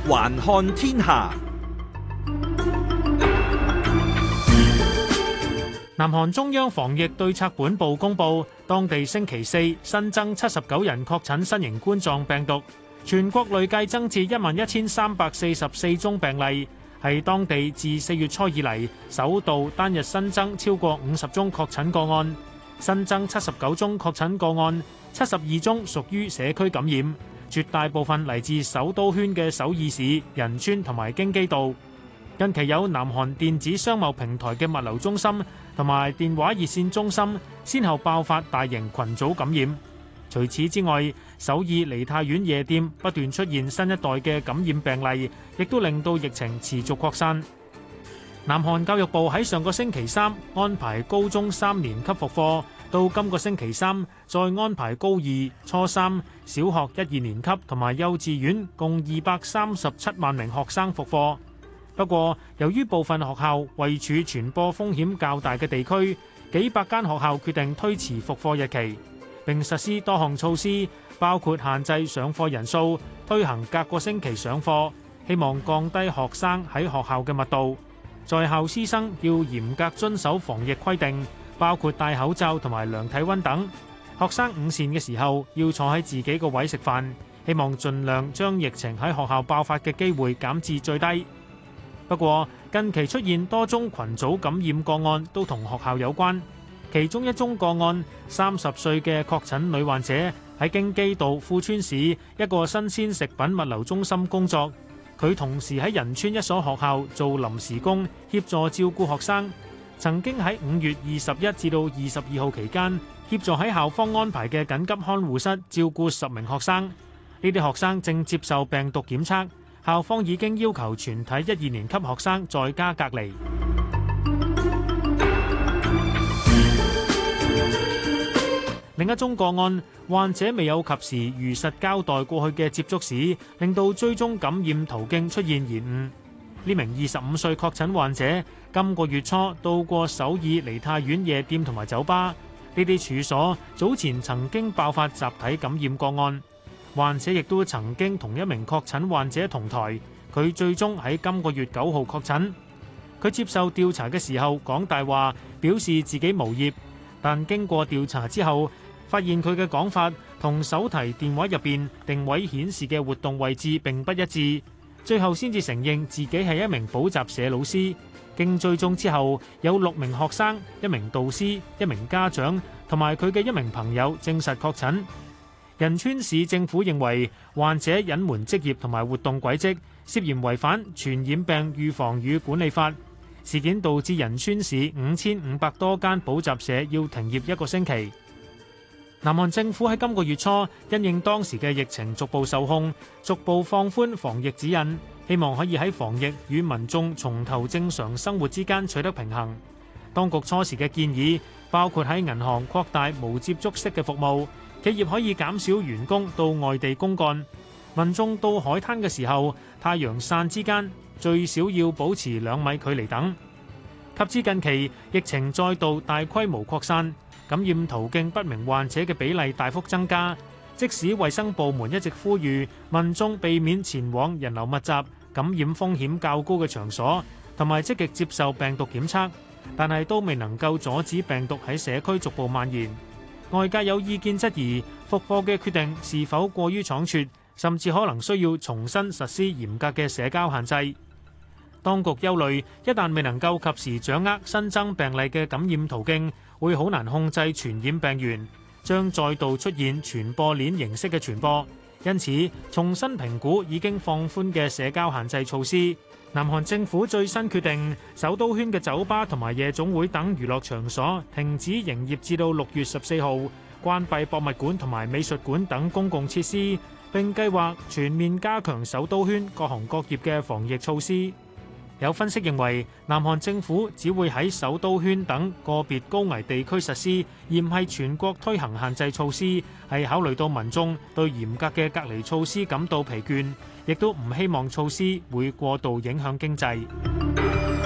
環看天下。 南韓中央防疫對策本部公布，當地星期四新增79人確診新型冠狀病毒，全國累計增至11,344宗病例，係當地自4月初以嚟首度單日新增超過50宗確診個案，新增79宗確診個案，72宗屬於社區感染，絕大部分嚟自首都圈嘅首爾市、仁川同埋京畿道。近期有南韓電子商貿平台嘅物流中心同埋電話熱線中心先後爆發大型群組感染。除此之外，首爾梨泰院夜店不斷出現新一代嘅感染病例，亦都令到疫情持續擴散。南韓教育部喺上個星期三安排高中3年級復課，到今個星期三再安排高2、初3、小學1、2年級同埋幼稚園共237萬名學生復課。不過，由於部分學校位處傳播風險較大嘅地區，幾百間學校決定推遲復課日期，並實施多項措施，包括限制上課人數、推行隔個星期上課，希望降低學生喺學校嘅密度。在校師生要嚴格遵守防疫規定，包括戴口罩同埋量體溫等。學生午膳嘅時候要坐喺自己個位食飯，希望盡量將疫情喺學校爆發嘅機會減至最低。不過，近期出現多宗群組感染個案都同學校有關，其中一宗個案，30歲嘅確診女患者喺京畿道富川市一個新鮮食品物流中心工作，佢同時喺仁川一所學校做臨時工，協助照顧學生。曾經喺5月21至到22號期間，協助喺校方安排嘅緊急看護室照顧10名學生。呢啲學生正接受病毒檢測。校方已經要求全體1、2年級學生在家隔離。另一宗個案，患者未有及時如實交代過去嘅接觸史，令到追蹤感染途徑出現延誤。呢名25歲確診患者今個月初到過首爾梨泰院夜店同埋酒吧，呢啲處所早前曾經爆發集體感染個案。患者亦都曾經同一名確診患者同台，佢最終喺今個月9號確診。佢接受調查嘅時候講大話，表示自己無業，但經過調查之後，發現佢嘅講法同手提電話入邊定位顯示嘅活動位置並不一致，最後先至承認自己係一名補習社老師。經追蹤之後，有6名學生、1名導師、1名家長同埋佢嘅1名朋友證實確診。仁川市政府認為患者隱瞞職業同埋活動軌跡，涉嫌違反傳染病預防與管理法。事件導致仁川市5500多間補習社要停業1個星期。南韓政府喺今個月初因應當時嘅疫情逐步受控，逐步放寬防疫指引，希望可以喺防疫與民眾重投正常生活之間取得平衡。當局初時嘅建議包括喺銀行擴大無接觸式嘅服務，企業可以減少員工到外地公幹，民眾到海灘嘅時候，太陽傘之間最少要保持2米距離等。及至近期疫情再度大規模擴散，感染途徑不明患者嘅比例大幅增加，即使衛生部門一直呼籲民眾避免前往人流密集、感染風險較高嘅場所，同埋積極接受病毒檢測，但係都未能夠阻止病毒喺社區逐步蔓延。外界有意見質疑復課嘅決定是否過於倉促，甚至可能需要重新實施嚴格嘅社交限制。當局憂慮，一旦未能夠及時掌握新增病例嘅感染途徑，會好難控制傳染病源，將再度出現傳播鏈形式嘅傳播。因此，重新評估已經放寬嘅社交限制措施。南韓政府最新決定，首都圈嘅酒吧同埋夜總會等娛樂場所停止營業至到6月14號，關閉博物館同埋美術館等公共設施，並計劃全面加強首都圈各行各業嘅防疫措施。有分析認為，南韓政府只會喺首都圈等個別高危地區實施，而唔係全國推行限制措施，係考慮到民眾對嚴格嘅隔離措施感到疲倦，亦都唔希望措施會過度影響經濟。